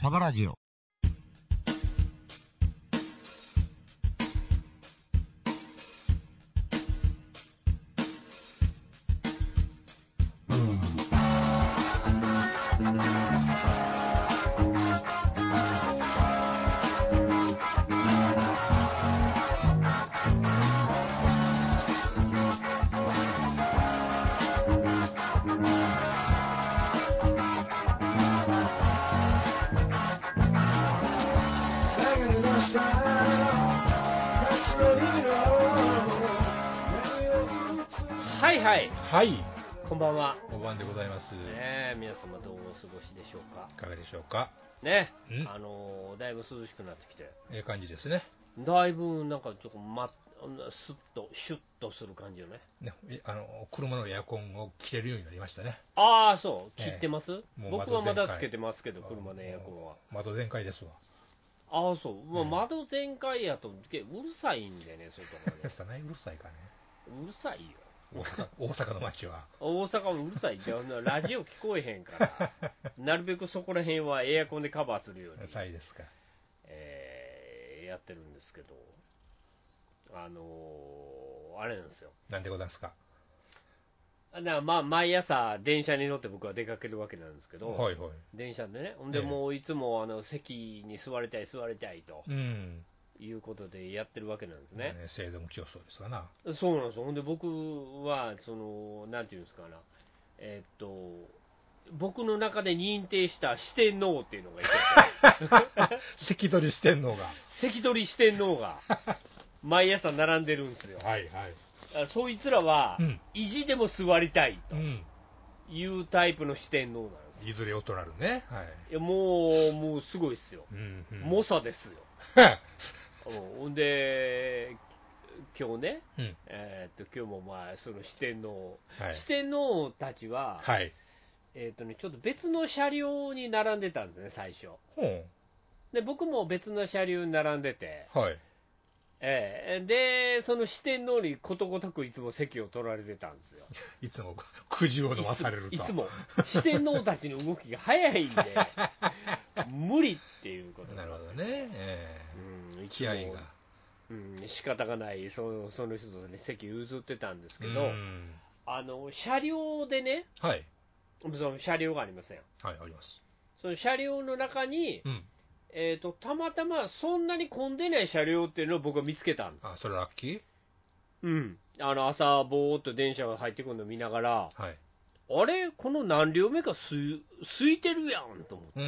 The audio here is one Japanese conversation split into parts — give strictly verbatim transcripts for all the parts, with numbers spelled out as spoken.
サバラジオ。 はいはいはい、 こんばんは。 お晩でございます。 ねえ、皆様どうお過ごしでしょうか。 いかがでしょうか。 ね、 うんあのーだいぶ涼しくなってきて、 ええ感じですね。 だいぶなんかちょっとまスッとシュッとする感じよね。 ね、えあの車のエアコンを切れるようになりましたね。 ああ、そう切ええってます、 もう僕はまだ窓全開つけてますけど、車のエアコンは。 窓全開ですわ。 ああ、そう、まあ、 ええ窓全開やとけうるさいんでね、そういうところね。 さないうるさいかね。 うるさいよ。 大阪大阪の街は。 大阪もうるさいって、ラジオ聞こえへんからなるべくそこら辺はエアコンでカバーするように、 さいですか。 えーやってるんですけど、あのーあれなんですよ。 なんでございますか。 なまあ、毎朝電車に乗って僕は出かけるわけなんですけど、 はいはい。 電車でね、ほんでもういつもあの席に座りたい座りたいとうんいうことでやってるわけなんですね。 ね、制度も競争ですかな。 そうなんですよ。ほんで僕はそのなんていうんですかな、えーっと僕の中で認定した四天王っていうのがいて関取四天王が関取四天王が毎朝並んでるんですよ。 はいはい。 そいつらは、 うん、 意地でも座りたいとうんいうタイプの四天王なんです。 いずれ大人るね。はい。 いやもう、もうすごいですよ。 うんうん、 猛者ですよ。ほんで、今日ね、 うんえーっと今日もまあその四天王、 はい、 四天王たちは、 はい、 えーっとね、ちょっと別の車両に並んでたんですね、最初。 ほで、僕も別の車両に並んでて、 う、はい。 えーで、その四天王にことごとくいつも席を取られてたんですよ。 いつもくじを飲まされると。 いつも、いつも四天王たちの動きが早いんで、無理っていうことなるほどね。えー、 うん、 気合が。 うん、仕方がないその、その人と、ね、席譲ってたんですけど、 うん、 あの車両でね、 はい、 その車両がありません。 はい、あります。 その車両の中に、 うん、 えーと、たまたまそんなに混んでない車両っていうのを僕は見つけたんです。 あ、それラッキー。 うん、あの朝、ぼーっと電車が入ってくるのを見ながら、 はい。 あれ、この何両目かす空いてるやんと思って、 うん、うん、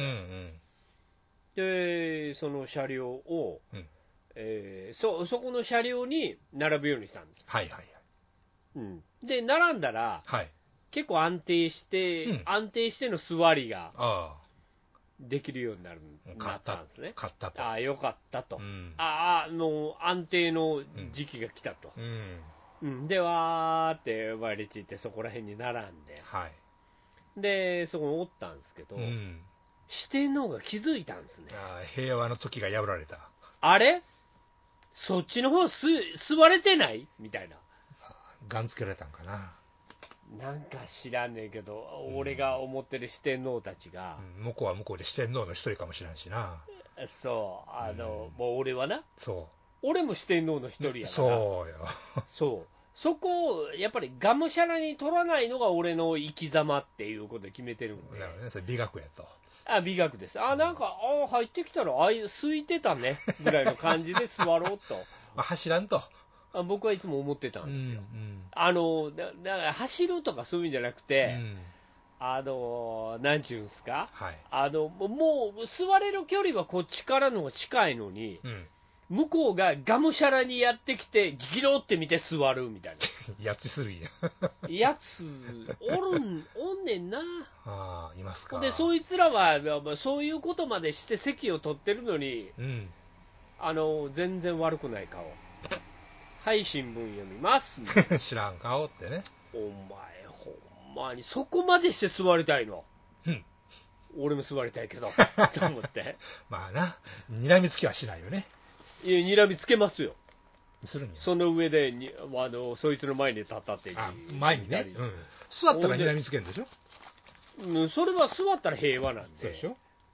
でその車両を、 うん、 えー、そ, そこの車両に並ぶようにしたんです。 はい、はい、はい。 うん、で、並んだら、 はい。 結構安定して、うん、安定しての座りができるようになるなったんですね。 買ったと。 ああ、よかったと。 うん、 ああ、もう安定の時期が来たと。 うんうん、で、わーって参りついて、そこら辺に並んで、 はい。 で、そこにおったんですけど、 うん、 四天王が気づいたんですね。 あ、平和の時が破られた。 あれそっちの方す座れてないみたいな。 ガンつけられたんかな。 なんか知らんねんけど、うん、俺が思ってる四天王たちが、 うん、向こうは向こうで四天王の一人かもしれんしな。 そうあの、 うん、 もう俺はな、 そう俺も四天王の一人やから、 そうよ。 そうそこをやっぱりがむしゃらに取らないのが俺の生き様っていうことで決めてるんで。 なるほどね、それ美学やと。 あ、美学です。あ、なんか、あ入ってきたらあ空いてたねぐらいの感じで座ろうとまあ、走らんと。 あ僕はいつも思ってたんですよ。 うんうん、 あのだだから走るとかそういうんじゃなくて、 うん、 あのなんちゅうんすか、 はい、 あのもう座れる距離はこっちからの方が近いのに、 うん、 向こうががむしゃらにやってきてギロって見て座るみたいなやつするんややつおるんおんねんな。 ああ、いますか。 でそいつらはそういうことまでして席を取ってるのに、 うん、 あの全然悪くない顔。はい新聞読みます知らん顔ってね。 お前ほんまにそこまでして座りたいの、 うん、 俺も座りたいけどと思ってまあな、睨みつきはしないよね。 いや睨みつけますよ。 するんや。 その上でにあのそいつの前に立ったってあ前にね、うん、座ったら睨みつけるんでしょ。 うん、それは座ったら平和なんで。 そうでしょ。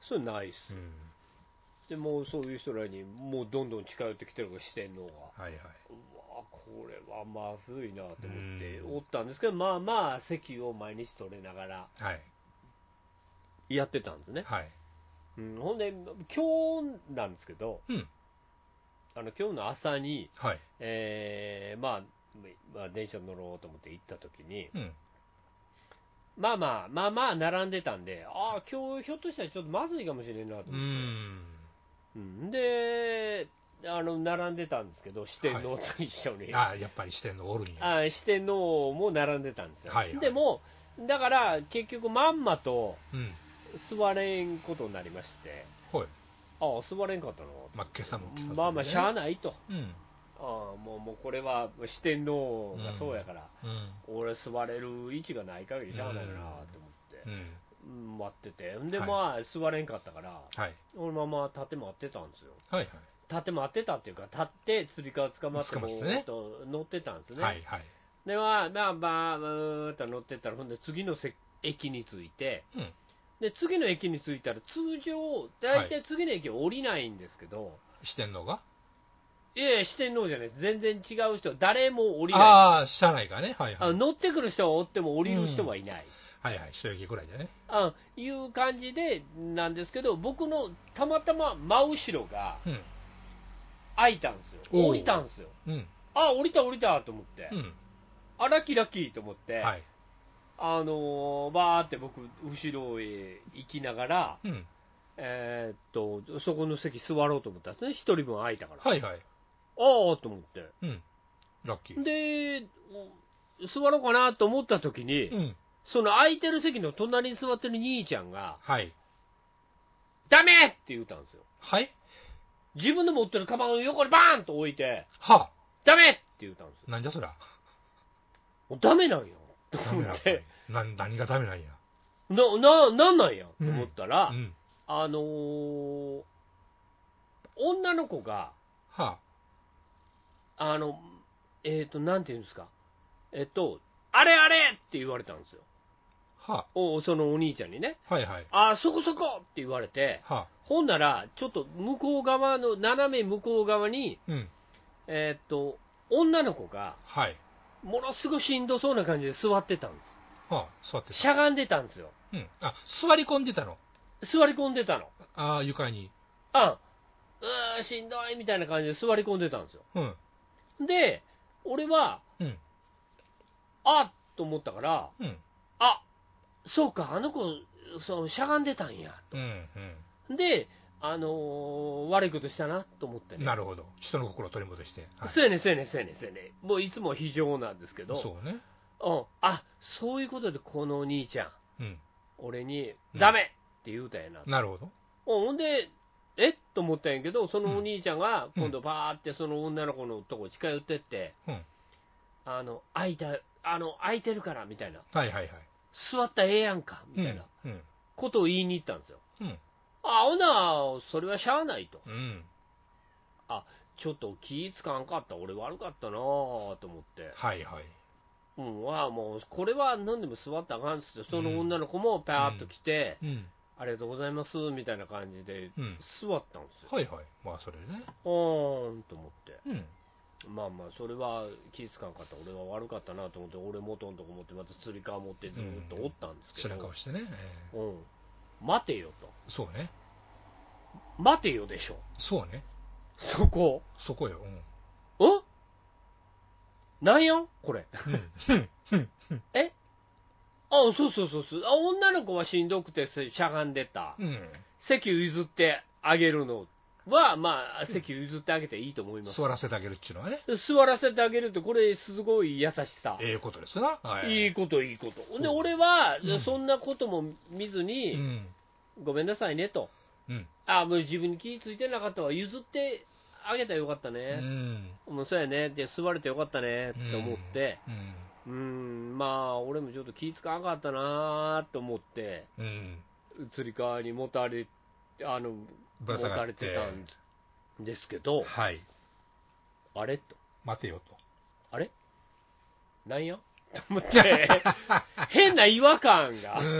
それないっす、 うん、 でもうそういう人らにもうどんどん近寄ってきてるから四天王が、 はいはい、 うわこれはまずいなと思ってうんおったんですけど、まあまあ席を毎日取れながらはいやってたんですね、 はい、 うん、ほんで今日なんですけど、 うんあの今日の朝に、 はい、 えーまあ、まあ電車乗ろうと思って行った時に、 うんまあまあまあまあ並んでたんで、ああ今日ひょっとしたらちょっとまずいかもしれんなと思って、 うーんうん、であの並んでたんですけど、四天王と一緒に、 ああやっぱり四天王おるんや、 あ四天王も並んでたんですよ、 はいはいでもだから結局まんまとうん座れんことになりまして、 はい、 ああ座れんかったの、 まあ今朝も今朝も、ね、 まあまあしゃあないと、 うんああもうもうこれは四天王がそうやから、 うん俺座れる位置がない限りしゃあないなと思って、 うんうん待ってて、で、 はいまあ座れんかったから、 はい俺まま立って待ってたんですよ、 はいはい立って待ってたっていうか、立ってつり革捕まって捕まってねぼーっと乗ってたんですね、 はいはいでまあまあまあ、うーっと乗ってったら、ほんで次のせ駅に着いて、 うんで次の駅に着いたら、通常、大体次の駅降りないんですけど、 四天王がいやいや、四天王じゃないです、全然違う人、誰も降りないんああ車内がねはいはいですあ乗ってくる人はおっても降りる人はいない、 はいはい一駅ぐらいでねあいう感じでなんですけど、僕のたまたま真後ろがうん開いたんですよ、 おう降りたんですよ、 うんあ降りた降りたと思って、 うんあラッキーラッキーと思って、 はいあのー、バーって僕、後ろへ行きながら、 うんえーっとそこの席座ろうと思ったんですね、一人分空いたから、 はいはいああと思って、 うんラッキーで、座ろうかなと思った時に、 うんその空いてる席の隣に座ってる兄ちゃんが、 はいダメって言ったんですよ。 はい自分の持ってるカバンを横にバーンと置いて、 はダメって言ったんですよ。 なんじゃそりゃもうダメなんよ。とダメなん思って、 な何がダメなんやな、な、なんなんやと思ったら、 うんあのー、女の子が、 はあの、えっ、ー、と、なんて言うんですか、えっと、あれあれって言われたんですよ。 あはおそのお兄ちゃんにね、 あはいはいあ、そこそこって言われて、 はあほんなら、ちょっと向こう側の、斜め向こう側に、 うんえっと、女の子が、 はいものすごいしんどそうな感じで座ってたんです。 はあ座ってたしゃがんでたんですよ。 うんあ座り込んでたの座り込んでたの。 ああ床にあうーしんどいみたいな感じで座り込んでたんですよ。 うんで、俺は、 うんあっと思ったから、 うんあそうか、あの子、そうしゃがんでたんやと。 うんで、あのー悪いことしたなと思ってね。 うんなるほど人の心を取り戻してはいそうやね、そうやね、そうやね、そうやね。もういつも非常なんですけど、 そうねうん、あそういうことでこのお兄ちゃん、 うん俺に、 うんダメって言うたんやな。 なるほどほんで、えっと思ったんやけど、そのお兄ちゃんがうん今度、バーってその女の子のとこ近寄ってって、 うんあの空いたあの空いてるからみたいな、 はいはいはい座ったらええやんかみたいなうんことを言いに行ったんですよ。 うんあほな、それはしゃあないと、 うんあちょっと気ぃつかんかった、俺悪かったなと思って、 はいはいうん、あもうこれは何でも座ったらあかんっつって、その女の子もパーッと来て、 うんありがとうございますみたいな感じでうん座ったんですよ。 はいはいまあそれねおーんと思って。 うんまあまあそれは気ぃつかんかった、俺は悪かったなと思って、俺元のとこ持ってまたつり革持ってずっとおったんですけ知らんど、 顔してねえうん、待てよと、 ーそうね待てよでしょ、 そうねそこ、 そこようんなんやこれ、 うんうんえあそうそうそうそう、あ女の子はしんどくてしゃがんでた、 うん席譲ってあげるのは、まあ、席譲ってあげていいと思います。 座らせてあげるっていうのはね座らせてあげるって、これ、すごい優しさ。 ええことですな、はいいいこと、いいこと。で、 そう俺は、 うんそんなことも見ずうに、 んごめんなさいねと。 うんあ、もう自分に気ぃついてなかったわ。譲ってあげたらよかったうね。 んもうそうやね。で、座れてよかったね。って思って、 うんうーん、まあ、俺もちょっと気ぃつかなかったなと思って、 うんつり革にもたれ、あの、 ぶら下がって持たれてたんですけど、 はいあれと。 待てよとあれなんやと思って、変な違和感が。 うん、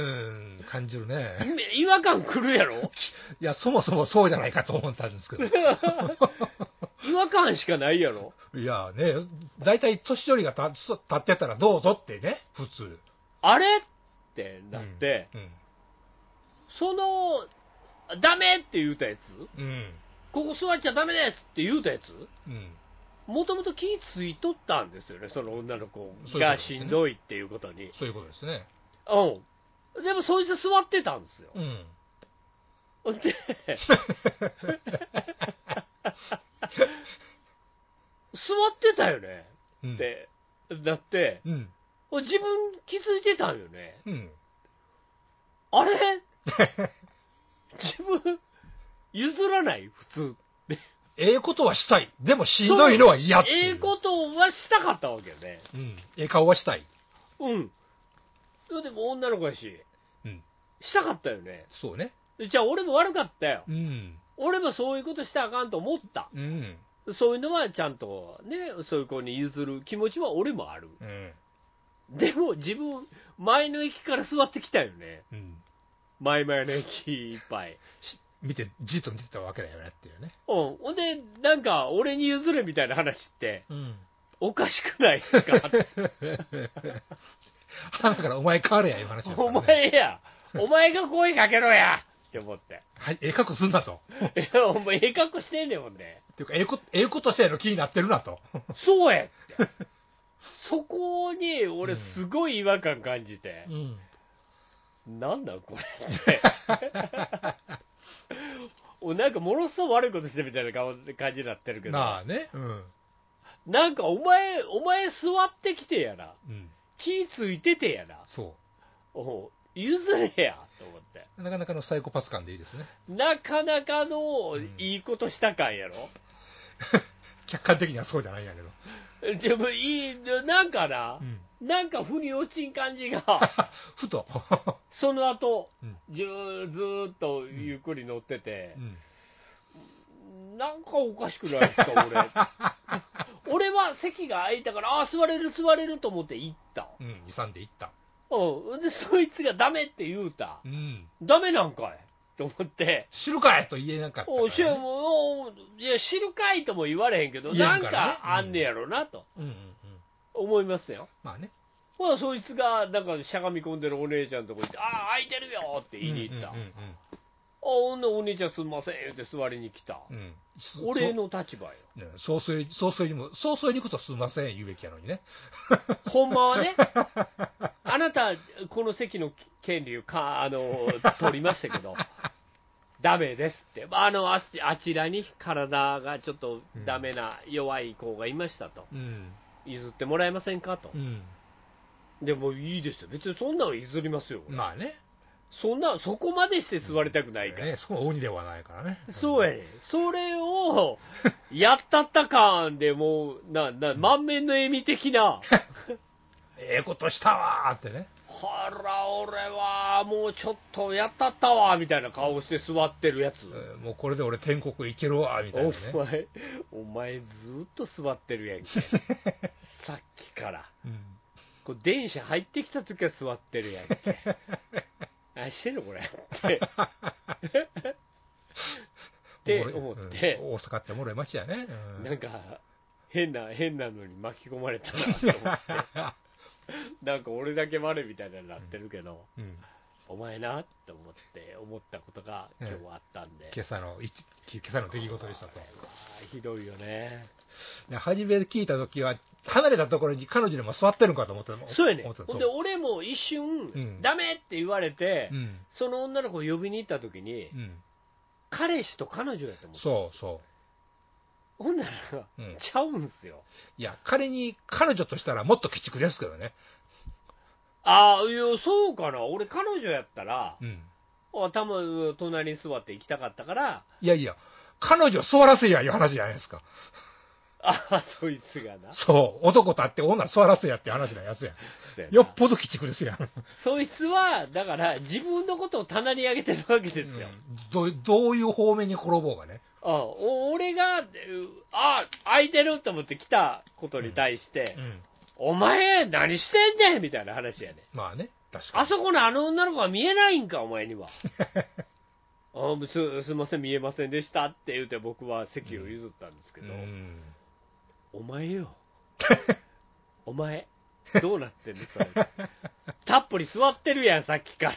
感じるね。 違和感来るやろ。 いや、そもそもそうじゃないかと思ったんですけど。 違和感しかないやろ。 いやね、だいたい年寄りが立ってたらどうぞってね、普通。 あれってなって、 うんうん、 その、ダメって言うたやつ、 うん、 ここ座っちゃダメですって言うたやつ、 うん、 もともと気ついとったんですよね、その女の子がしんどいっていうことに。 そういうことですね。 うん。でもそいつ座ってたんですよ。 うん。 で、座ってたよね、うん、って。だって、うん、自分気づいてたんよね。うん、あれ自分、譲らない普通って。 ええことはしたい。でもしんどいのは嫌っていう。 ええことはしたかったわけよね。 うん。ええ顔はしたい。 うん。でも女の子やし、うん。したかったよね。 そうね。 じゃあ俺も悪かったよ。 うん。 俺もそういうことしたらあかんと思った。うん。そういうのはちゃんとね、そういう子に譲る気持ちは俺もある。うん。でも自分、前の駅から座ってきたよね。うん。前々の駅いっぱい。 見て、じっと見てたわけだよねっていうね。 うん。ほんで、なんか、俺に譲れみたいな話って、うん、おかしくないですかだからお前変われやいう話ですからね。 お前や、お前が声かけろやって思って。 はい、ええ格好すんなと。 お前ええ格好してんねんもんね。 っていうか、ええこ、ええことしてる気になってるなと。 そうやって。そこに、俺すごい違和感感じて。うんうん、なんだこれって。なんかものすごい悪いことしてみたいな感じになってるけど。 まあね。うん。 なんかお前、お前座ってきてやな。うん、気ついててやな。 そう。 お譲れやと思って。 なかなかのサイコパス感でいいですね。 なかなかのいいことした感やろ。うん、 客観的にはそうじゃないんやけど。でもいい、なんかな、うん、なんか腑に落ちん感じが。 ふと。 その後、うん、ずーっとゆっくり乗ってて、うんうん、なんかおかしくないですか、俺。俺は席が空いたから、ああ、座れる座れると思って行った。 うん、に、さんで行った。 うん。で、そいつがダメって言うた。うん。ダメなんかいと思って。 知るかいと言えなかったから、ね。 おしもう、いや、知るかいとも言われへんけど、なんかあんねやろなと。うんうんうん。思いますよ。 まあね。 ほら、そいつが、なんか、しゃがみ込んでるお姉ちゃんのとこ行って、ああ、空いてるよって言いに行った。うんうんうんうん、あ、ほんでお姉ちゃんすんませんって座りに来た。うん、俺の立場よ。 ね、総帥、総帥にも、総帥に行くとすんません言うべきやのにね。 ほんまはね、あなた、この席の権利をか、あの、取りましたけど、ダメですって。あの、あちらに体がちょっとダメな弱い子がいましたと。うん、譲ってもらえませんかと。うん、でもいいですよ。別にそんなの譲りますよ。 まあね。 そんな、そこまでして座りたくないから。うんね、そこ鬼ではないからね。 そうやね。それを、やったった感でもう、な、な、満面の笑み的な。 ええことしたわーってね。 はら、俺は、もうちょっとやったったわーみたいな顔して座ってるやつ。 えー、もうこれで俺天国行けるわーみたいなね。 お前、お前ずーっと座ってるやんけ。さっきから。うん、こう電車入ってきた時は座ってるやんけ。何してんのこれってって思って、 うん、大阪ってもらいましたよね、 うん、なんか変な変なのに巻き込まれたなと思ってなんか俺だけ悪いみたいになってるけど、うんうん、お前なって思って思ったことが今日はあったんで、 うん、今朝の今朝の出来事でしたと。 ひどいよね。 初め聞いたときは離れたところに彼女でも座ってるんかと思ってた。 そうやね。ほんで俺も一瞬、うん、ダメって言われて、うん、その女の子を呼びに行ったときに、うん、彼氏と彼女やと思って。 そうそう。 ほんなら、うん、ちゃうんすよ。 いや、仮に彼女としたらもっと鬼畜ですけどね。 ああ、いや、そうかな。俺彼女やったら、うん、頭隣に座って行きたかったから。 いやいや、彼女座らせやいう話じゃないですか。 ああ、そいつがな。 そう、男立って女座らせやって話のやつやん。よっぽど鬼畜ですやん。 そいつは、だから自分のことを棚に上げてるわけですよ。 うん、ど, どういう方面に転ぼうがね。 ああ、俺が、あ、空いてると思って来たことに対して、うんうん、 お前何してんねんみたいな話やね。 まあね、確かに。 あそこのあの女の子は見えないんか、お前には。あすすいません、見えませんでしたって言うて、僕は席を譲ったんですけど、 うん、 お前よ、お前、どうなってんの、それ。たっぷり座ってるやん、さっきから。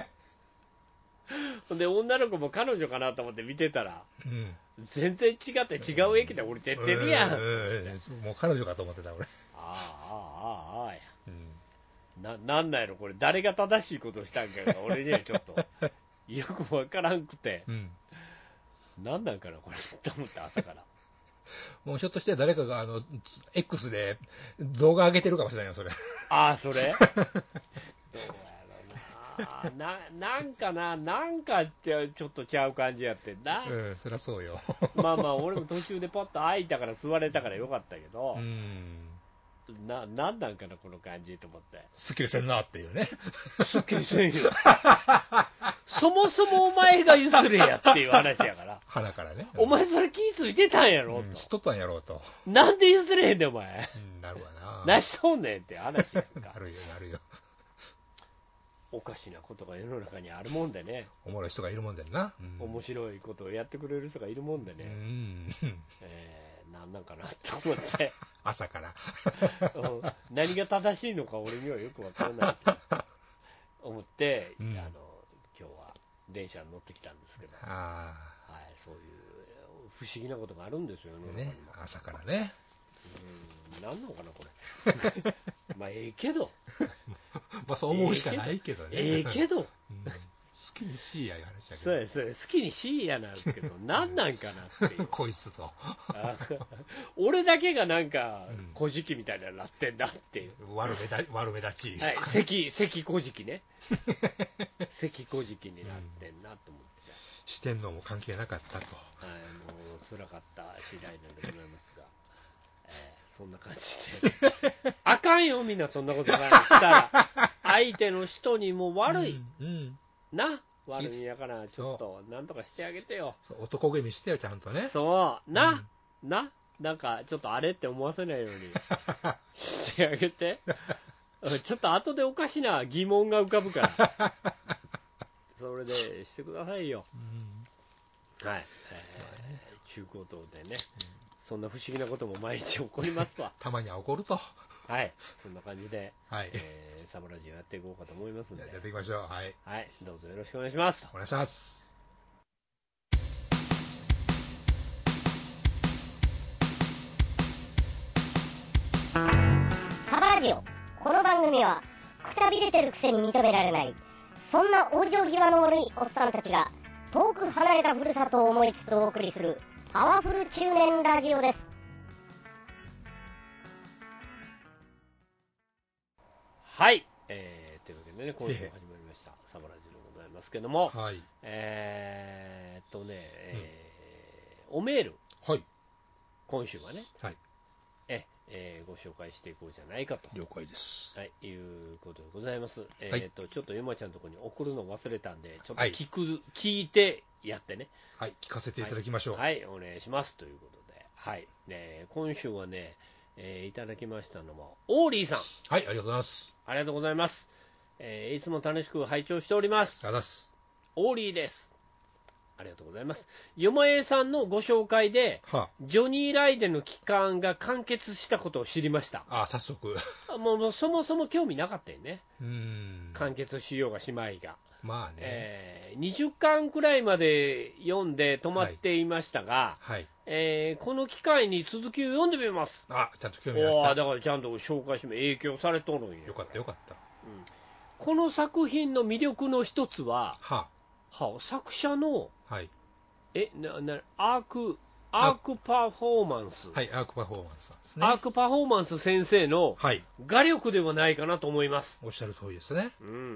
ほんで、女の子も彼女かなと思って見てたら、 うん、 全然違って違う駅で降りてってるやん。 うんうんうん、もう彼女かと思ってた、俺。 ああ、ああ、ああ、や。 うん、 な、なんなんやろ、これ、誰が正しいことしたんかが、俺にはちょっと、よくわからんくて、 うん、 なんなんかな、これ、と思って、朝から。 もうひょっとして誰かがあの X で動画上げてるかもしれないよ、それ。 ああ、それどうやろな。な、なんかな、なんかちゃちょっとちゃう感じやってんな。 うん、そりゃそうよ。 まあまあ、俺も途中でパッと空いたから座れたからよかったけど、 うん、 な、なんなんかな、この感じと思って。 すっきりせんなっていうね。 すっきりせんよ。そもそもお前が譲れやっていう話やから。 鼻からね。 お前それ気ぃついてたんやろ、 うん、 と。 しとったんやろうと。 なんで譲れへんねん、お前。 うん、なるわな。 何しとんねんって話やんか。 なるよ、なるよ。 おかしなことが世の中にあるもんでね。 おもろい人がいるもんでな。うん、 面白いことをやってくれる人がいるもんでね。 うん、 えー、なんなんかなって思って。 朝から。 うん、何が正しいのか俺にはよくわからないと思って、 うん、 あの今日は電車に乗ってきたんですけど、 あ、 はい、そういう不思議なことがあるんですよね、 ね、朝からね。 うん、なんなのかな、これ。まあ、ええけど。 まあ、そう思うしかないけどね。 ええけど。 うん、好きにしいやいう話だけど。 そうです、そうです。好きにしいやなんですけど、なんなんかなっていう。 こいつと。 俺だけがなんか、小じきみたいなのなってんだっていう。 悪目だ悪目立ち。 はい、関、関小じきね。関小じきになってんなと思って。 四天王も関係なかったと。 はい、もう辛かった次第なんでございますが、えー、そんな感じで。あかんよ、みんなそんなことしたら。相手の人にも悪い。 うん、うん、 な。悪いんやから、ちょっと、なんとかしてあげてよ。 そう、男気味してよ、ちゃんとね。 そう、な、うん、な、なんか、ちょっとあれって思わせないようにしてあげて。ちょっと後でおかしな疑問が浮かぶから。それでしてくださいよ。うん、はい。えー、中高等でね、うん、そんな不思議なことも毎日起こりますわ。 たまには起こると。 はい。そんな感じで、 はい、 えー、サブラジオやっていこうかと思いますので。 やっていきましょう。はい。 はい。どうぞよろしくお願いします。 お願いします。 サバラジオ。この番組は、くたびれてるくせに認められない、そんな往生際の悪いおっさんたちが、遠く離れたふるさとを思いつつお送りする、パワフル中年ラジオです。 はい。えー、というわけでね、今週も始まりました、サバラジオでございますけども、 はい。 えーっとね、えー、うん、おメール。 はい。 今週はね。 はい。 え、えー、ご紹介していこうじゃないかと。 了解です。 はい、いうことでございます。えはい、 ーと、ちょっとゆまちゃんのところに送るの忘れたんで、ちょっと聞く、はい、聞いてやってね。 はい、聞かせていただきましょう。 はい、はい、お願いします。ということで、はい。ね、今週はね、えー、いただきましたのは、オーリーさん。 はい、ありがとうございます。 ありがとうございます。えー、いつも楽しく拝聴しております。 ありがとうございます。 オーリーです。ありがとうございます。よまえさんのご紹介で、はあ、ジョニー・ライデンの期間が完結したことを知りました。 ああ、早速。 もう、もうそもそも興味なかったよね。 うーん。 完結しようがしまいが。 まあね。 えー、にじゅっかんくらいまで読んで止まっていましたが、はいはい、えー、この機会に続きを読んでみます。 あ、ちゃんと興味あった。 おだからちゃんと紹介しても影響されとるんや。 よかったよかった。うん、 この作品の魅力の一つは、 はあ、はあ、作者の、 はい、 えななアークアークパフォーマンス、 はい、アークパフォーマンスさんですね。 アークパフォーマンス先生の画力ではないかなと思います。 はい、おっしゃる通りですね。 うんうんうん。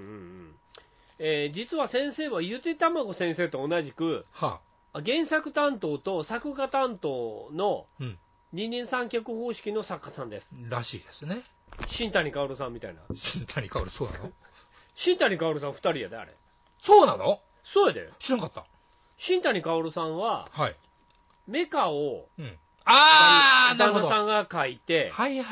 えー、実は先生はゆでたまご先生と同じく、はあ、原作担当と作画担当の二人三脚方式の作家さんです。 らしいですね。 新谷薫さんみたいな。 新谷薫、そうなの？ 新谷薫さんふたりやで、あれ。 そうなの？ そうやで。 知らなかった。 新谷薫さんは、はい、メカを、うん、 あー、 旦那さんが書いて、 はいはい。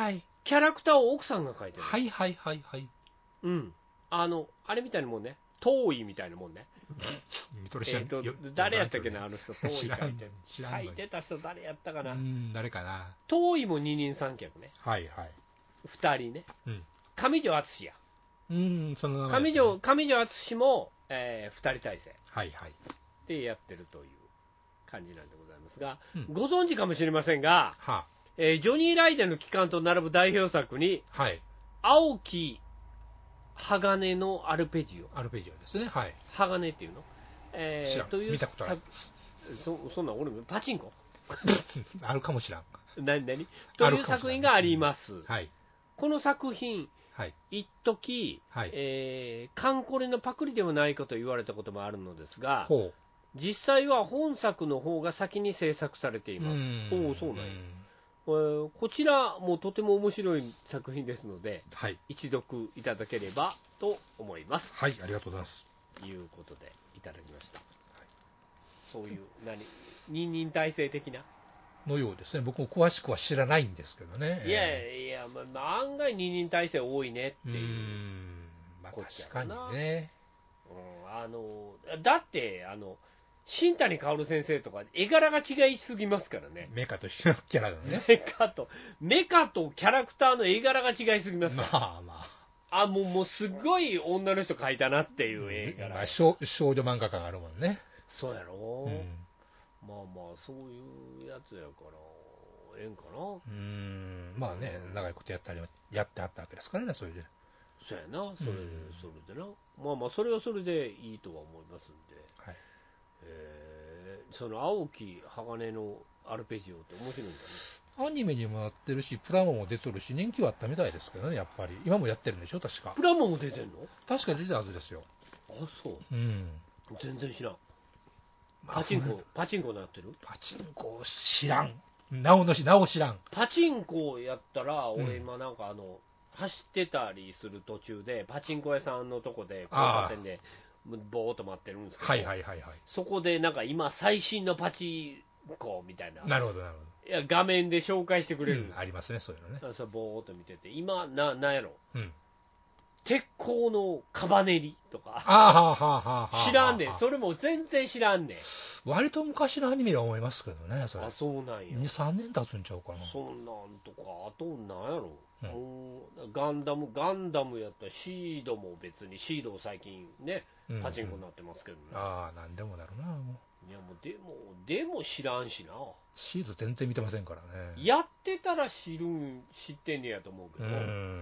キャラクターを奥さんが描いてる。 はいはいはいはい。 うん。あの、あれみたいなもんね。遠いみたいなもんね。 見とる知らん。 えーと、誰やったっけな、あの人、遠い知らん書いて。 知らんのに書いてた人誰やったかな。 うん、誰かな。 遠いも二人三脚ね。 はいはい。 二人ね。 うん。 上条敦や。 うん、その名前、 上条、上条敦も、えー、二人体制はいはい。 でやってるという感じなんでございますが、 うん、 ご存知かもしれませんが、 はあ、 えー、ジョニー・ライデンの期間と並ぶ代表作に、 はい。 青木鋼のアルペジオ。 アルペジオですね。はい。 鋼っていうの、え知らん。 ー、という見たことない。 そ, そんなん俺もパチンコあるかもしらん。 何何という作品があります。 うん、はい。 この作品、 はい、 一時、はい、えー、カンコレのパクリではないかと言われたこともあるのですが、 ほう、 実際は本作の方が先に制作されています。おお、そうなんや。えー、こちらもとても面白い作品ですので、はい、一読いただければと思います。 はい、ありがとうございます。 ということでいただきました。はい、そういう何二人体制的なのようですね。僕も詳しくは知らないんですけどね。 いやいや、まあ、案外二人体制多いねっていう。うーん、まあ、確かにね。 うん、あのだってあの新谷薫先生とか絵柄が違いすぎますからね。 メカとキャラのね。 メカとメカとキャラクターの絵柄が違いすぎますから。 まあまあ。あもうもうすごい女の人描いたなっていう絵柄。 まあ、少, 少女漫画家があるもんね。 そうやろ。うん、まあまあそういうやつやからええんかな。うーんまあね、長いことやったりやってはったわけですからね、それで。 そうやな、それで、それでな。まあまあそれはそれでいいとは思いますんで。はい。えー、その青木鋼のアルペジオって面白いんだね。 アニメにもなってるし、プラモも出とるし、人気はあったみたいですけどね、やっぱり。今もやってるんでしょ、確か。 プラモも出てんの？ 確か出たはずですよ。 あ、そう。 うん。 全然知らん。パチンコ、パチンコなってる？ パチンコ知らん。なおのし、なお知らん。 パチンコやったら、俺今なんかあの、うん、走ってたりする途中で、パチンコ屋さんのとこで、交差点で、ぼーっと待ってるんですけど、 はいはいはいはい、 そこでなんか今、最新のパチンコみたいな、 なるほどなるほど、 いや画面で紹介してくれるんですよ、 うん、ありますね、そういうのね。 それぼーっと見てて、今、ななんやろ、 うん、 鉄鋼のカバネリとか、 あーはーはーはーはー知らんねん、それも全然知らんねん。 割と昔のアニメは思いますけどね、それ。 あ、そうなんや。 に、さんねん経つんちゃうかな。 そんなんとか、あとなんやろ、うん、もうガンダム、ガンダムやったらシードも別に、シード最近ね、パチンコになってますけどね。 うんうん、ああ、なんでもなるな、もう。いや、もう、でも、でも知らんしな。 シード全然見てませんからね。 やってたら知るん、知ってんねやと思うけど、うん、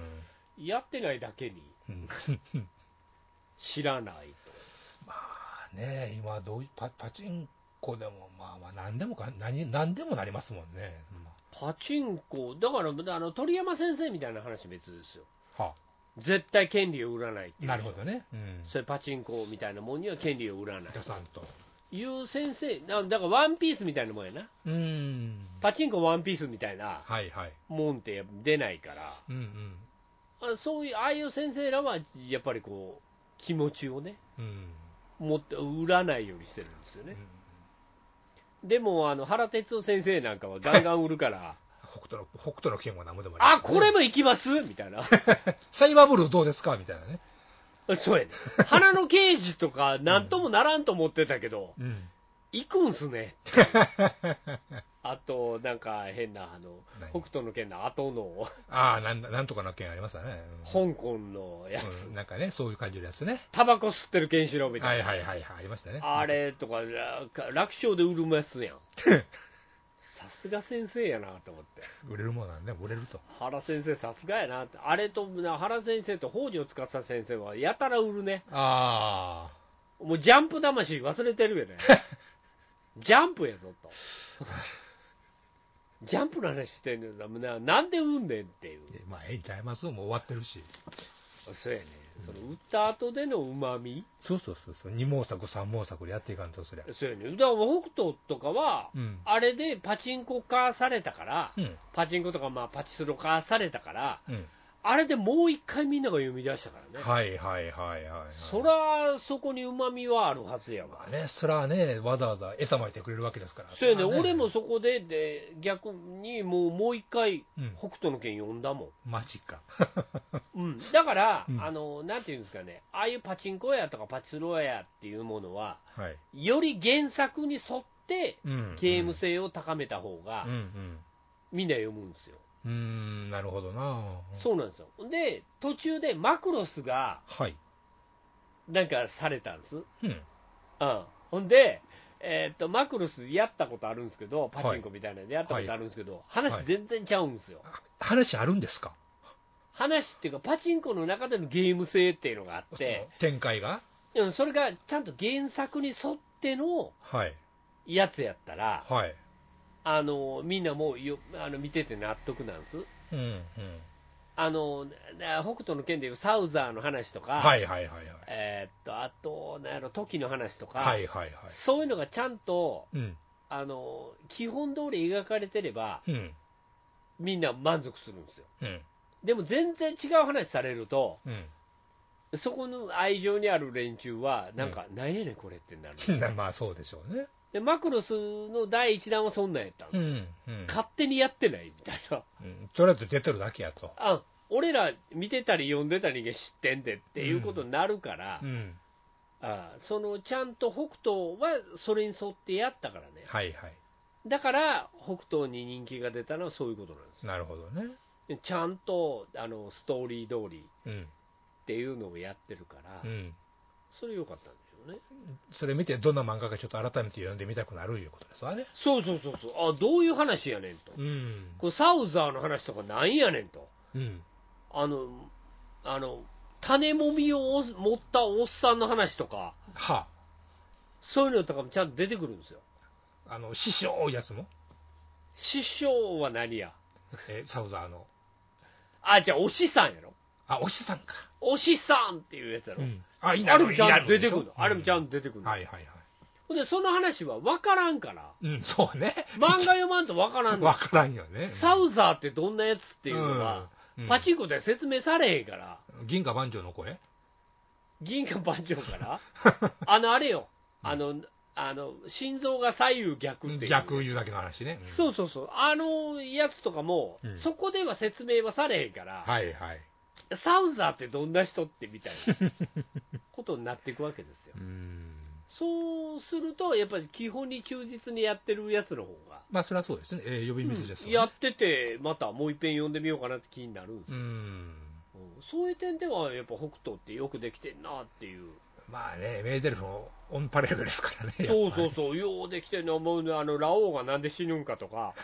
やってないだけに、知らないと。 まあね、今どういうパ、パチンコでも、まあまあ、何でもか、何、何でもなりますもんね。 パチンコ、だから、あの鳥山先生みたいな話別ですよ。 はあ、 絶対権利を売らないっていう。 なるほどね。うん、 それパチンコみたいなもんには権利を売らない。 出さんと。 いう先生、だからワンピースみたいなもんやな。 うん。 パチンコワンピースみたいなもんって出ないから、 うんうん、 あそういう、ああいう先生らはやっぱりこう、気持ちをね、うん、持って売らないようにしてるんですよね。うん、でも、あの原哲夫先生なんかはガンガン売るから、 北斗の北斗の拳は何もでもあります、 ね、あ、これも行きますみたいな。 サイバーブルーどうですかみたいなね。 そうやね。花の刑事とか、なんともならんと思ってたけど、うん、行くんすね。あと、なんか変な、あの、北斗の拳の後の。 ああ、なん、なんとかの拳ありましたね。 うん、香港のやつ、 うん。なんかね、そういう感じのやつね。 タバコ吸ってるケンシロウみたいな。 はいはいはいはい、ありましたね。 あれとか、楽勝で売るやつやん。さすが先生やなと思って。 売れるもんなんで売れると。 原先生さすがやなって。あれと原先生と北条司先生はやたら売るね。ああ。もうジャンプ魂忘れてるよね。ジャンプやぞと。ジャンプの話してんねんさ、なんで売んねんっていう。 まあええんちゃいますもう終わってるし。 そうやね。その売った後でのうまみ、 そうそうそうそう、二毛作三毛作でやっていかんとすりゃ。 そうやね。だから北斗とかは、うん、あれでパチンコ化されたから、うん、パチンコとかまあパチスロ化されたから、うん、 あれでもう一回みんなが読み出したからね。 はいはいはいはい、はい。 そら、そこに旨味はあるはずやわ。 まあね、そらね、わざわざ餌まいてくれるわけですから。 そうやね、 そらね俺もそこで、で、逆にもう、もう一回、 うん北斗の拳読んだもん。 マジか。 うん。だから、 うんあの、なんていうんですかね、ああいうパチンコ屋とかパチスロ屋っていうものは、 はい。 より原作に沿って、 うんゲーム性を高めた方が、 うんうん。 みんな読むんですよ。 うーん、なるほどな。 そうなんですよ。で、途中でマクロスが、 はい。 なんかされたんです。 うん。 うん。ほんで、えーっと、マクロスやったことあるんですけど、パチンコみたいなのでやったことあるんですけど、話全然ちゃうんですよ。 話あるんですか？ 話っていうか、パチンコの中でのゲーム性っていうのがあって、 展開がうんそれがちゃんと原作に沿ってのはい。 やつやったら、 はい。 あのみんなもうよあの見てて納得なんです。 うんうん。 あの北斗の拳でいうサウザーの話とか、 はいはいはいはい。 えーっとあと、なんやろ、時の話とか、 はいはいはい。 そういうのがちゃんとうん。 あの基本通り描かれてれば、 うん。 みんな満足するんですよ。 うん。 でも全然違う話されると、 うん。 そこの愛情にある連中は、なんか、なんやねんこれってなるんですよ。 まあそうでしょうね。 でマクロスの第一弾はそんなんやったんですよ。 うん。うん。 勝手にやってないみたいな。 うんとりあえず出てるだけやと。 あ、俺ら見てたり読んでた人間知ってんでっていうことになるから、 うん。 あそのちゃんと北斗はそれに沿ってやったからね。 はいはい。 だから北斗に人気が出たのはそういうことなんですよ。 なるほどね。 でちゃんとあのストーリー通りうん。 っていうのをやってるから、 うん。 それ良かったんでしょうね。 それ見てどんな漫画かちょっと改めて読んでみたくなるいうことですわね。 そうそうそうそう、あどういう話やねんと、 うん。 これサウザーの話とかなんやねんと、 うん。 あの、あの種もみを持ったおっさんの話とか、 はそういうのとかもちゃんと出てくるんですよ。 あ。あの、師匠やつも師匠は何や、 えーサウザーの。 あ、じゃあ、おしさんやろ、 あ、おしさんか。 おしさんっていうやつやろ、 うん。あ、いいあなれもちゃんと出てくるの、 いいなあれもちゃんと出てくるの、 はいはいはい。 ほんで、その話は分からんから、 うん、そうね。 漫画読まんと分からんのわからんよね。 サウザーってどんなやつっていうのは、 うんうんパチンコで説明されへんから、 銀河万丈の声銀河万丈からあのあれよ、あのあの心臓が左右逆っていう逆言うだけの話ね。うんそうそうそう、あのやつとかも、 うんそこでは説明はされへんから、 はいはい。 サウザーってどんな人ってみたいなことになっていくわけですよ。 うん。 そうすると、やっぱり基本に忠実にやってるやつの方が、 まあ、それはそうですね。えー呼び水ですわねやってて、またもう一遍読んでみようかなって気になるんですうよ。 ん。 うんそういう点では、やっぱ北斗ってよくできてんなっていう。 まあね、メーデルフのオンパレードですからね。 そうそうう。 そう、ようできてんの、もうあのラオウがなんで死ぬんかとか、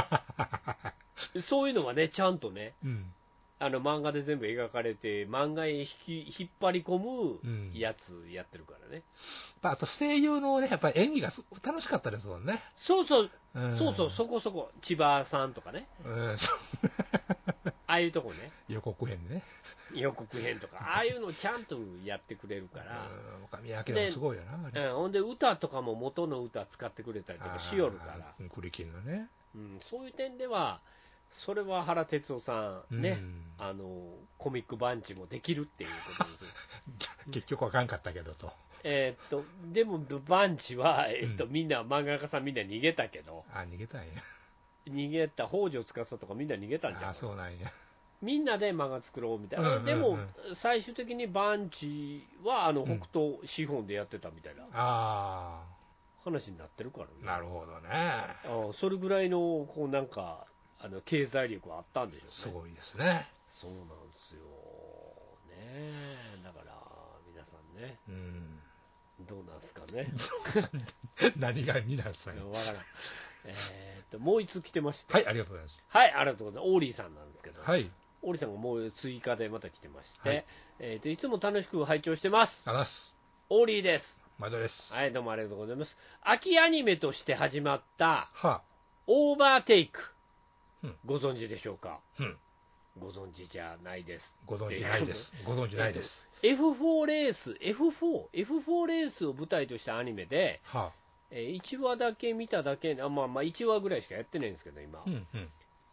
そういうのはね、ちゃんとね、 うん。 あの漫画で全部描かれて、漫画へ引き引っ張り込むうんやつやってるからね。 あと声優のね、やっぱり演技がす楽しかったですもんね。 そうそう、 うんそうそう、そこそこ、千葉さんとかね、 うん、そうああいうとこね、 予告編でね。 予告編とか、ああいうのちゃんとやってくれるから、 うん、神明もすごいよな、あれ。 うん、ほんで歌とかも元の歌使ってくれたりとかしよるから、 あークリキンのね。 うん、そういう点では、それは原哲夫さんね、 うんあのコミックバンチもできるっていうことですよ。 結局わかんかったけどと。 えーっとでもバンチは、えーっとうんみんな漫画家さんみんな逃げたけど、 あ、逃げたんや。 逃げた北条司とかみんな逃げたんじゃあ、 ん。 そうなんや。 みんなで漫画作ろうみたいな、 うんうんうんでも最終的にバンチはあのうん北斗資本でやってたみたいなあ話になってるからね。 あ、なるほどね。 あそれぐらいのこうなんかあの経済力はあったんでしょうね。 すごいですね。 そうなんですよね。だから皆さんね、 うん。 どうなんすかね。 何が皆さん。 わからん。えーっともう一つ来てまして、 はい、ありがとうございます。 はい、ありがとうございます。オーリーさんなんですけど、 はい。 オーリーさんがもう追加でまた来てまして、 はいえーっといつも楽しく拝聴してます。 あざっす。 オーリーです。 まどです。 はい、どうもありがとうございます。秋アニメとして始まったはオーバーテイク、 うんご存知でしょうか。 うん。 ご存知じゃないです。 ご存知ないです。ご存知ないです。 エフフォー レース、エフフォー、エフフォー レースを舞台としたアニメで、 はえーいちわだけ見ただけ、あまあまあいちわぐらいしかやってないんですけど、今。 うんうん。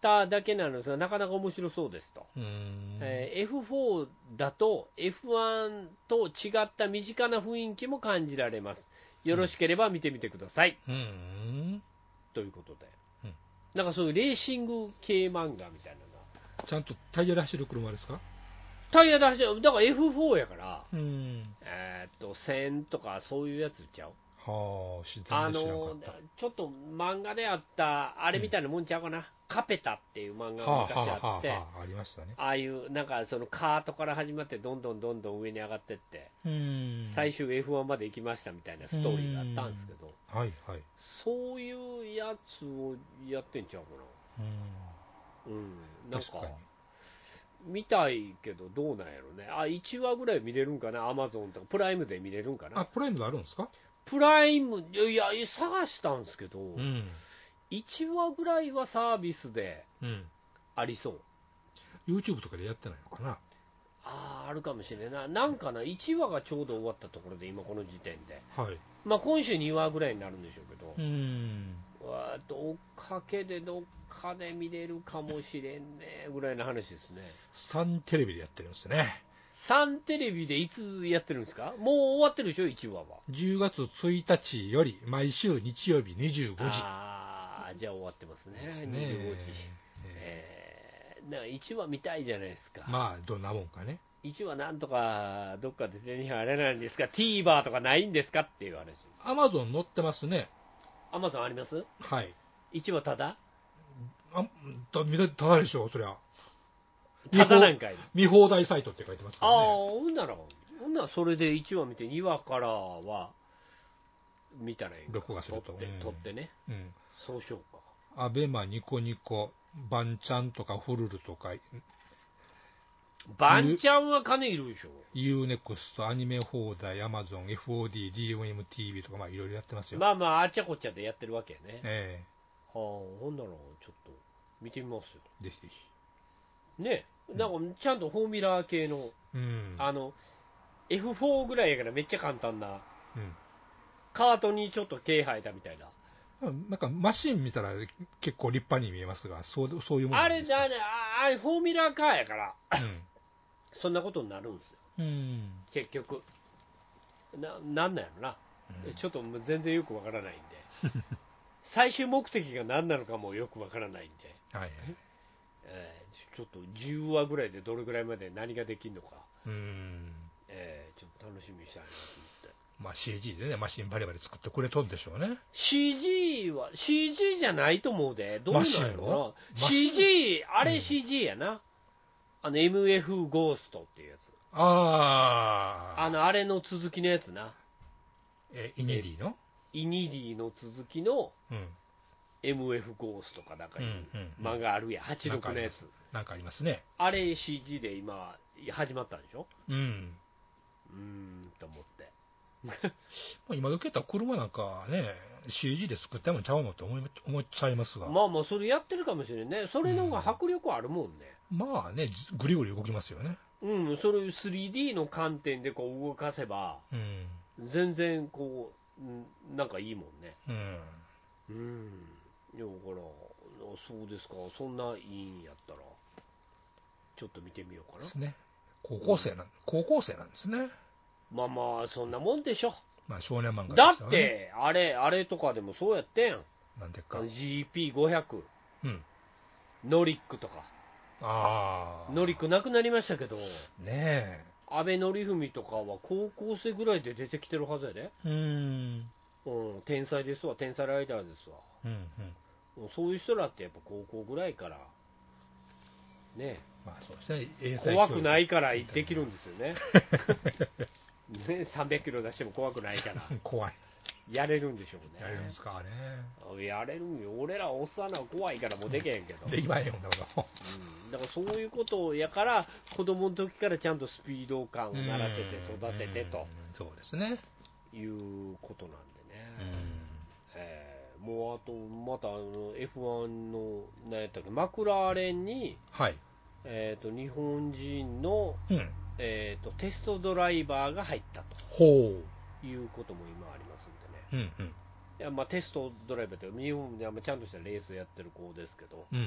っただけなんですが、なかなか面白そうですと。 うーんえーエフフォー だと エフワン と違った身近な雰囲気も感じられます。よろしければ見てみてください。 うーんということで、 うんなんかそういうレーシング系漫画みたいなのが。 ちゃんとタイヤで走る車ですか？ タイヤで走る、だから エフフォー やから、 うーんえーっと、せんとかそういうやつちゃう。 はあ、自あ然で知らんかのった。 ちょっと漫画であったあれみたいなもんちゃうかな、うん、カペタっていう漫画がはあ昔あって、 はあはあはあ、ありましたね。 ああいうなんかそのカートから始まってどんどんどんどん上に上がってって、 うーん最終 エフワン まで行きましたみたいなストーリーがあったんですけど、 はいはい。 そういうやつをやってんちゃうかうーんな。うん、なんか確かに見たいけどどうなんやろね。あ、いちわぐらい見れるんかな、アマゾンとかプライムで見れるんかな。 あ、プライムがあるんですか？ プライム、いやいや探したんですけど、 うんいちわぐらいはサービスでうんありそう。 YouTube とかでやってないのかな。 ああ、あるかもしれんない。なんかな、いちわがちょうど終わったところで、今この時点で。 はいまあ今週にわぐらいになるんでしょうけど、 うーんわーっと追っかけでどっかで見れるかもしれんねぐらいの話ですね。 サンテレビでやってるんですね。 サンテレビでいつやってるんですか？もう終わってるでしょ、いちわは。 じゅうがつついたちより毎週日曜日にじゅうごじああ、じゃあ終わってますね、 ですね。 にじゅうごじ。 ええー、なんかいちわ見たいじゃないですか。 ーまあどんなもんかね。 いちわなんとかどっかで手に入らないんですか、TVer とかないんですかっていう話。 アマゾン載ってますね。 アマゾンあります？ はい。 いちわただあだ見たただでしょ、そりゃ。 ただなんかい。 見放題サイトって書いてますかああ、 らね。 ほんなら、ほんならそれでいちわ見て、にわからは見たらいいんか。 録画すると撮って、 うん撮ってね。 うん。 そうしようか。 アベマ、ニコニコ、バンチャンとかフルルとか、 バンちゃんは金いるでしょ。 ユーネクスト、アニメ放題、アマゾン、エフオーディー、ディーエムティーブイ とか、まあいろいろやってますよ。 まあまあ、あっちゃこっちゃでやってるわけやね。 えはあ、ほんなら、ちょっと見てみますよ。 えぜひぜひ。 ね、なんかちゃんとフォーミュラー系の、 うん。 あの、エフフォー ぐらいやからめっちゃ簡単な、 うん。 カートにちょっと毛生えたみたいな。 なんかマシン見たら結構立派に見えますが、そうそういうもんなあれ、 んですか？ あれ、あれ、フォーミュラーカーやから、 うんそんなことになるんですよ、 うん結局。な、なんなんやろな。 うんちょっともう全然よくわからないんで。最終目的が何なのかもよくわからないんで。 はいはい。 えーちょっとじゅうわぐらいでどれぐらいまで何ができるのか、 うんえーちょっと楽しみにしたいなと思って。 まあ シージー でね、マシンバリバリ作ってくれとんでしょうね。 シージー は シージー じゃないと思うで。どうなんやろな。 マシンをシージー、あれうんシージー やな。あの エムエフ ゴーストっていうやつ。 あああのあれの続きのやつな。 えイニディのイニディの続きのうんエムエフ ゴーストかなんかいううんうんうん漫画あるやん。はちじゅうろくのやつ。 なんかありますね。 あれ シージー で今始まったんでしょ。 うんうーんと思って。 まあ今時やったら車なんかね シージー で作ってもちゃうのって思い思っちゃいますが、 まあまあそれやってるかもしれんね。それの方が迫力あるもんね。 まあねぐりぐり動きますよね。 うん、それ スリーディー の観点でこう動かせばうん全然こう、うんなんかいいもんね。 うんうん。だからそうですか。そんないいんやったらちょっと見てみようかな。 ですね。高校生なん高校生なんですね。 まあまあそんなもんでしょ。 まあ少年漫画だとしてはねってあれあれとかでもそうやってんやん。 なんでか。 ジーピーごひゃく、 うんノリックとか。 ああノリックなくなりましたけど、 ねえ安倍典文とかは高校生ぐらいで出てきてるはずやで。 うーんうん、天才ですわ、天才ライダーですわ。 うんうんもうそういう人らってやっぱ高校ぐらいからね、 まあそうですね英才教育怖くないからできるんですよね。ね、さんびゃっキロ出しても怖くないから怖いやれるんでしょうね。 やれるんですかね。 やれるんよ。俺らおっさんらは怖いからもうできへんけど、 できまへんよだからうん、だからそういうことをやから子供の時からちゃんとスピード感を鳴らせて育ててとうんそうですね。 いうことなんでね、 うんえーもうあとまたあの エフワン の何やったっけ、マクラーレンに、 はいえー、と日本人の、 うんえー、とテストドライバーが入ったほということも今ありますんでね、 ううんうんいやまあテストドライバーって日本であんまちゃんとしたレースやってる子ですけど、 うんうん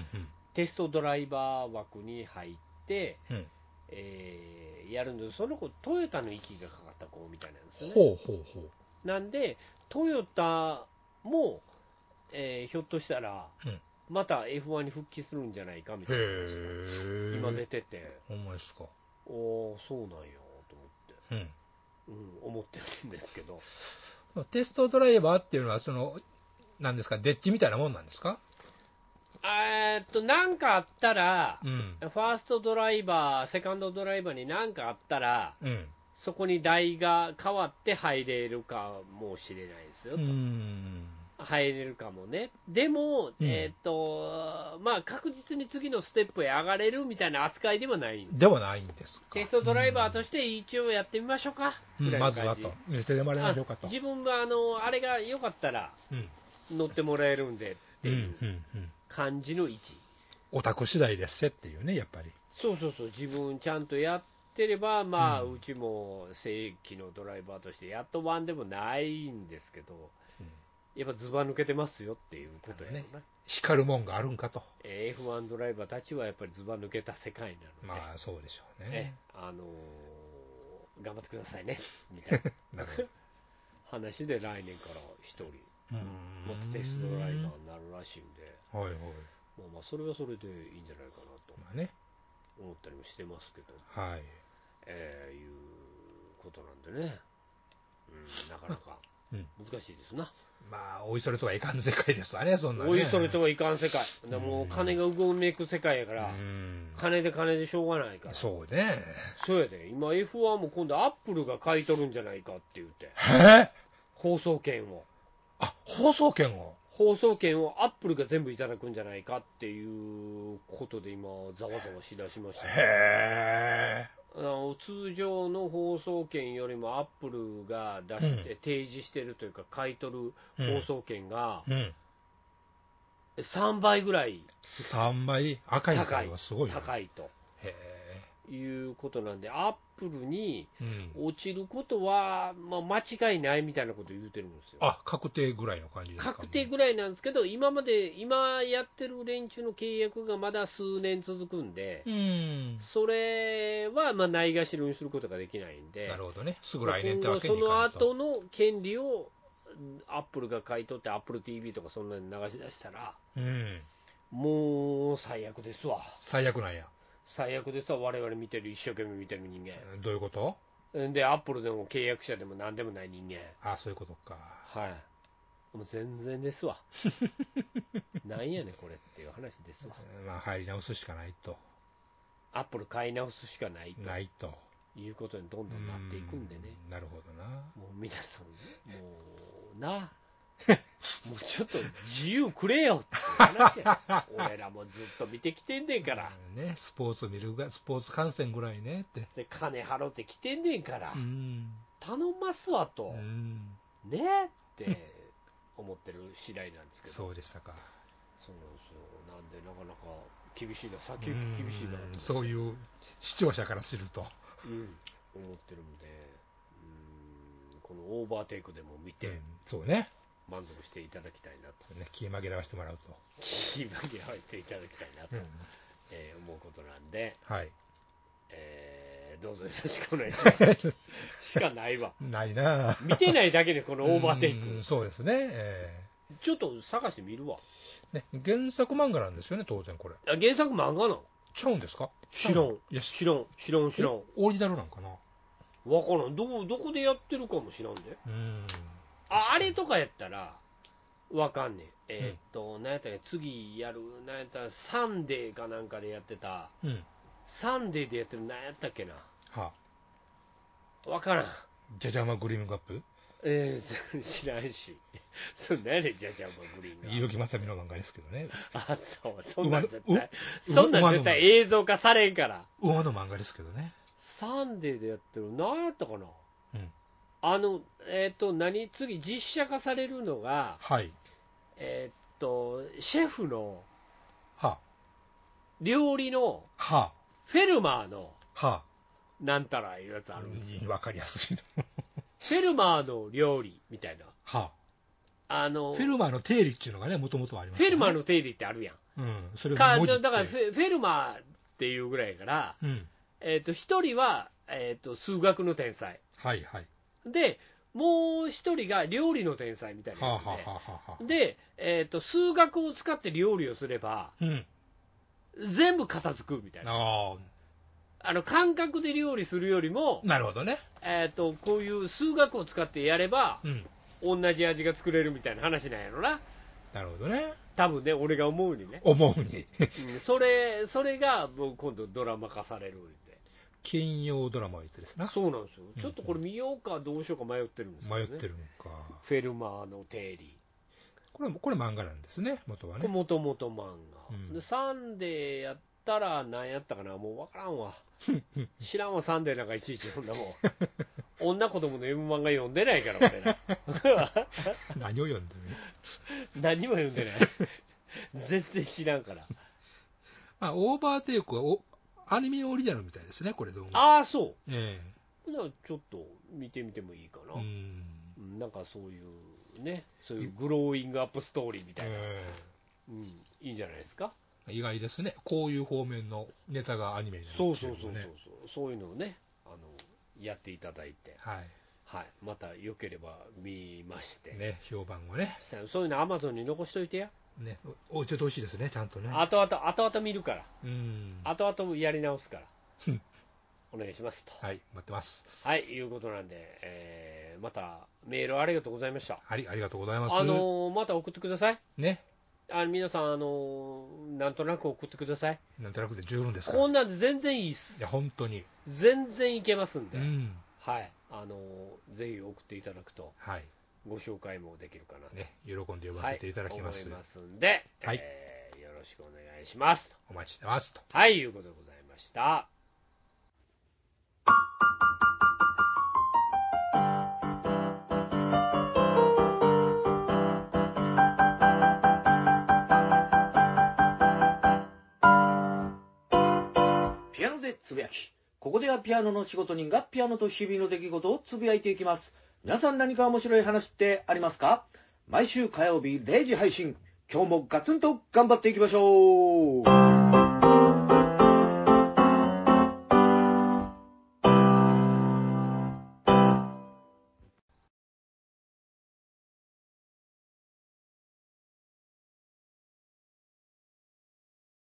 テストドライバー枠に入って、 うん、 えーやるんで、その子トヨタの息がかかった子みたいなんですよね。 ほうほうほう。 なんでトヨタも、えーひょっとしたら、 うん、 また エフワン に復帰するんじゃないかみたいな話が今出てて、 ほんまですか。 おーそうなんやと思って、 うんうん、思ってるんですけど、 テストドライバーっていうのは、その、なんですか、デッチみたいなもんなんですか？ えーっとなんかあったら、 うん。 ファーストドライバー、セカンドドライバーに何かあったら、 うん。 そこに台が変わって入れるかもしれないですようと。 ん。 入れるかもね。でも、 うんえーっと、まあ確実に次のステップへ上がれるみたいな扱いではないんです。 ではないんですか。 テストドライバーとして一応やってみましょうか、 うんぐらいの感じ。 まずはと。見せてもらいましょうかと。 あ自分はあのあれが良かったらうん。 乗ってもらえるんでってうん。 いううん。うん。 感じの位置。 オタク次第ですっていうね、やっぱり。 そうそうそう、自分ちゃんとやってれば、まあ、 うんうちも正規のドライバーとしてやっとワンでもないんですけど、 うんやっぱずば抜けてますよっていうことやろね。 光るもんがあるんかと。 エフワン ドライバーたちはやっぱりずば抜けた世界なので、 まあ、そうでしょうえね。 あのー頑張ってくださいねみたいななるほど。 話で来年から一人、 うーんもっとテストドライバーになるらしいんで、 はいはい。 まあ、まあそれはそれでいいんじゃないかなとまあね。 思ったりもしてますけど、 はい。 えーいうことなんでね、うん、なかなかうん。 難しいですな。 まあ、おいそれとはいかん世界ですわね、そんなね。 おいそれとはいかん世界。でもうんう金がうごめく世界やかうら、 ん。 金で金でしょうがないから。 そうね。 そうやで、今 エフワン も今度アップルが買い取るんじゃないかって言って、 へえ。 放送権を。 あ、放送権を。 放送権をアップルが全部いただくんじゃないかっていうことで今、ざわざわしだしました、ね。 へえ。 あの通常の放送権よりもアップルが出して提示してるというか、買い取る放送権がうん。 さんばいぐらいさんばい赤い高いのはすごいね。 高いとへいうことなんで、アップルにえ。うん。 落ちることは、まあ、間違いないみたいなことを言うてるんですよ。 あ、確定ぐらいの感じですか。 確定ぐらいなんですけど、今まで、今やってる連中の契約がまだ数年続くんで、 うん。 それはまあないがしろにすることができないんで、 なるほどね。すぐ来年って今後そわけにいかんのと。 後の権利をアップルが買い取って、アップル ティーブイ とかそんなに流し出したら、 うん。 もう最悪ですわ。 最悪なんや。 最悪ですわ、我々見てる、一生懸命見てる人間。 どういうこと？ で、アップルでも契約者でも何でもない人間。 あ、そういうことか。 はい。もう全然ですわ。なんやねんこれっていう話ですわ。 まあ、入り直すしかないと。 アップル買い直すしかないとないと。 いうことにどんどんなっていくんでね。 うんなるほどな。 もう皆さん、もうな、もうちょっと自由くれよって話や。俺らもずっと見てきてんねんから。 ね、スポーツ見るが、スポーツ観戦ぐらいねって。 で、金払ってきてんねんから。 うん。 頼ますわと。 うんねって思ってる次第なんですけど。 そうでしたか。 そうなんですよ。なんでなかなか厳しいな、先行き厳しいなと、 うんそういう視聴者からすると。 うん、思ってるんで、うん、このオーバーテイクでも見て、 うんそうね。 満足していただきたいなと、 ね、気紛らわしてもらうと。 気紛らわしていただきたいなと、 うんえー思うことなんで、 はい。 えーどうぞよろしくお願いしますしかないわ。 ないなぁ。 見てないだけでこのオーバーテイク。 うんそうですね。えちょっと探してみるわ。 ーね、原作漫画なんですよね、当然これ。 あ原作漫画なの？ ちゃうんですか？ 知らん。 いや、 知らん。知らん。知らん。 えオリジナルなんかな。 わからん。どこ、どこでやってるかも知らんで。 うん。 あ、あれとかやったら、わかんねえ。えーっと、なんやったっけ、次やる、なんやったら、サンデーかなんかでやってた、 うん。 サンデーでやってる、なんやったっけな。 はあ、 わからん。 じゃじゃ馬グリーンガップえー、知らんし。そんなんやねん、じゃじゃ馬グリーンが。 結城正美の漫画ですけどね。 あ、そう。そんなん絶う対、そんなん絶対映像化されんから。 馬の漫画ですけどね。 サンデーでやってる、なんやったかな。 うん。 あの、えーっと、何次、実写化されるのが、 はい。 えーっと、シェフの、 は料理の、 あ、はフェルマーの、 あ、はなんたらいうやつあ。 あるんですよ。 わかりやすいの。 フェルマーの料理みたいな。 はあの、 あ。フェルマーの定理っていうのがね、もともとはありますフェよね。 ルマーの定理ってあるやん。 うん、それか文字ってだからフェフェルマーっていうぐらいから、 うんえー、とひとりは、えー、と数学の天才はいはいで、もうひとりが料理の天才みたいなやつで、 はあ、はあはあはあ、 で、えー、と数学を使って料理をすればうん全部片付くみたいな、 ああの感覚で料理するよりも、 なるほどね、 えー、とこういう数学を使ってやれば、 うん、 同じ味が作れるみたいな話なんやろな、 なるほどね、 多分ね、俺が思うにね、 思うにうん、それそれがもう今度ドラマ化されるんで、 金曜ドラマを言ってですな、 そうなんですよ、ちょっとこれ見ようかどうしようか迷ってるんですけどね、 迷ってるんか、 フェルマーの定理、 これこれ漫画なんですね、元はね、 これもともと漫画、 うんでサンデーやったら何やったかな、もう分からんわ、知らんわ、サンデーなんかいちいちそんなもん、女子供の読む漫画読んでないから、俺ら。 何を読んでる何も読んでない。全然知らんから。 まあ、オーバーテイクはおアニメオリジナルみたいですね、これどうも。 ああ、そう。 えじゃあちょっと見てみてもいいかな。 えううんん、なんかそういうね、そういうグローイングアップストーリーみたいな、 えうん、いいんじゃないですか。 え意外ですね、こういう方面のネタがアニメになるっていうのもね。 そうそうそうそうそう、そういうのをね、あのやっていただいて、 はいはい、また良ければ見まして、 ね、評判をね、 そういうのアマゾンに残しといてや。 ね、お置いといてほしいですね、ちゃんとね。 後々、後々見るから、 うん後々やり直すから、お願いしますと。 はい、待ってます。 はい、いうことなんで、えーまたメールありがとうございました。 はい、ありがとうございます。 あのーまた送ってください。 ね、 あの皆さん、あのーなんとなく送ってください。 なんとなくで十分ですから。 こんなんで全然いいっいすや、。本当に。 全然いけますんで、 うん。 はい、あのーぜひ送っていただくと、 はい。 ご紹介もできるかなと、 ね、喜んで呼ばせていただきます。 はい、思いますんで、 はいえーよろしくお願いしますと。 お待ちしてますと。 はい、いうことでございました。 ピアノでつぶやき。ここではピアノの仕事人がピアノと日々の出来事をつぶやいていきます。皆さん何か面白い話ってありますか？毎週火曜日れいじ配信。今日もガツンと頑張っていきましょう。